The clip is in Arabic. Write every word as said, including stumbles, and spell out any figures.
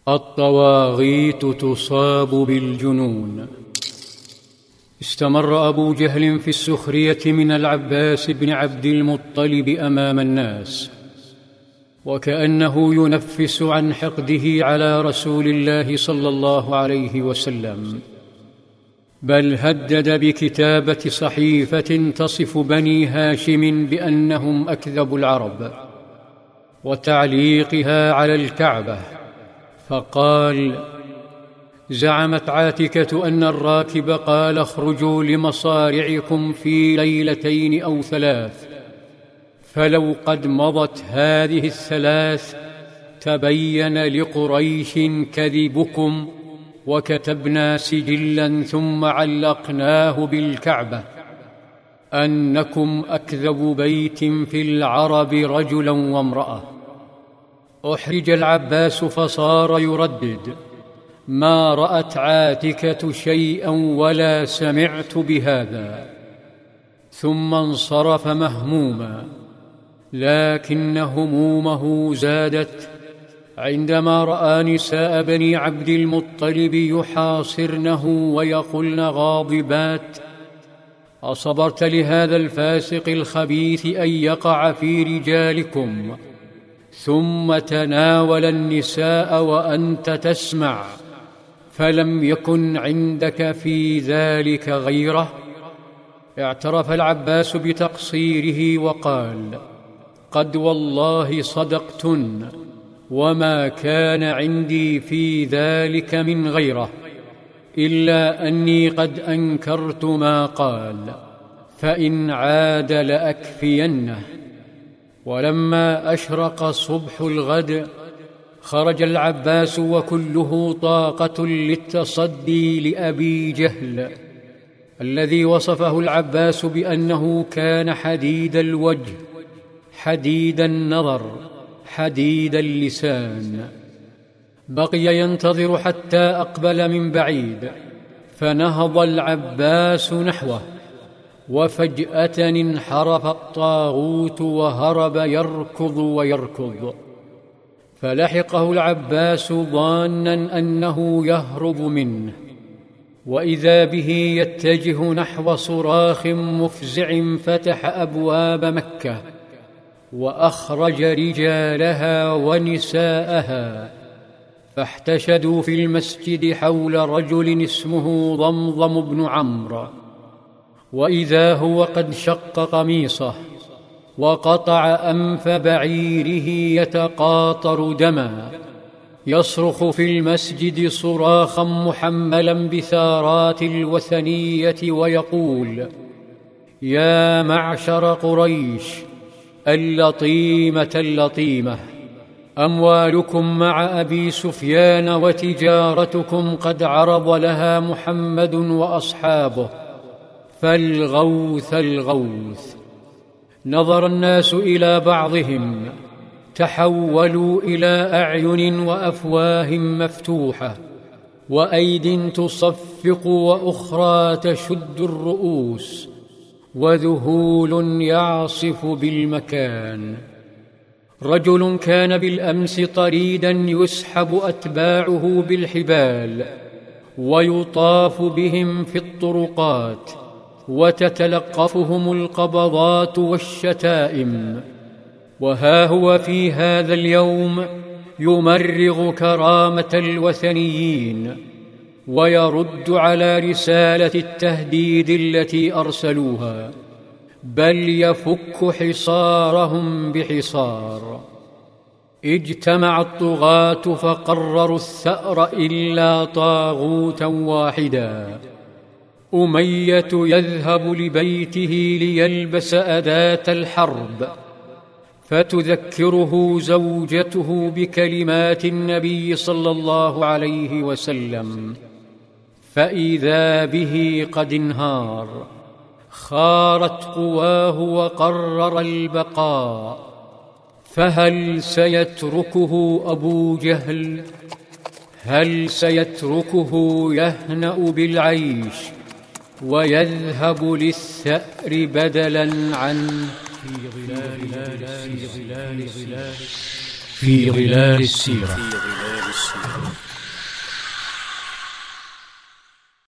الطواغيت تصاب بالجنون. استمر أبو جهل في السخرية من العباس بن عبد المطلب أمام الناس، وكأنه ينفس عن حقده على رسول الله صلى الله عليه وسلم، بل هدد بكتابة صحيفة تصف بني هاشم بأنهم أكذب العرب، وتعليقها على الكعبة، فقال: زعمت عاتكة أن الراكب قال: اخرجوا لمصارعكم في ليلتين أو ثلاث، فلو قد مضت هذه الثلاث تبين لقريش كذبكم، وكتبنا سجلا ثم علقناه بالكعبة أنكم أكذب بيت في العرب رجلا وامرأة. أحرج العباس فصار يردد: ما رأت عاتكة شيئا ولا سمعت بهذا، ثم انصرف مهموما، لكن همومه زادت عندما رأى نساء بني عبد المطلب يحاصرنه ويقولن غاضبات: أصبرت لهذا الفاسق الخبيث أن يقع في رجالكم ثم تناول النساء وأنت تسمع، فلم يكن عندك في ذلك غيره؟ اعترف العباس بتقصيره وقال: قد والله صدقتن، وما كان عندي في ذلك من غيره، إلا أني قد أنكرت ما قال، فإن عاد لأكفينه. ولما أشرق صبح الغد خرج العباس وكله طاقة للتصدي لأبي جهل، الذي وصفه العباس بأنه كان حديد الوجه، حديد النظر، حديد اللسان. بقي ينتظر حتى أقبل من بعيد، فنهض العباس نحوه، وفجأة انحرف الطاغوت وهرب يركض ويركض، فلحقه العباس ظانا أنه يهرب منه، وإذا به يتجه نحو صراخ مفزع فتح أبواب مكة وأخرج رجالها ونساءها، فاحتشدوا في المسجد حول رجل اسمه ضمضم بن عمرو، وإذا هو قد شق قميصه وقطع أنف بعيره يتقاطر دما، يصرخ في المسجد صراخا محملا بثارات الوثنية ويقول: يا معشر قريش، اللطيمة اللطيمة، أموالكم مع أبي سفيان وتجارتكم قد عرض لها محمد وأصحابه، فالغوث الغوث. نظر الناس إلى بعضهم، تحولوا إلى أعين وأفواه مفتوحة، وأيد تصفق وأخرى تشد الرؤوس، وذهول يعصف بالمكان. رجل كان بالأمس طريدا يسحب أتباعه بالحبال ويطاف بهم في الطرقات وتتلقفهم القبضات والشتائم، وها هو في هذا اليوم يمرغ كرامة الوثنيين ويرد على رسالة التهديد التي أرسلوها، بل يفك حصارهم بحصار. اجتمع الطغاة فقرروا الثأر إلا طاغوتا واحدا، أمية يذهب لبيته ليلبس أداة الحرب، فتذكره زوجته بكلمات النبي صلى الله عليه وسلم، فإذا به قد انهار، خارت قواه وقرر البقاء. فهل سيتركه أبو جهل؟ هل سيتركه يهنأ بالعيش ويذهب للثأر بدلا عن في ظلال في ظلال السيرة.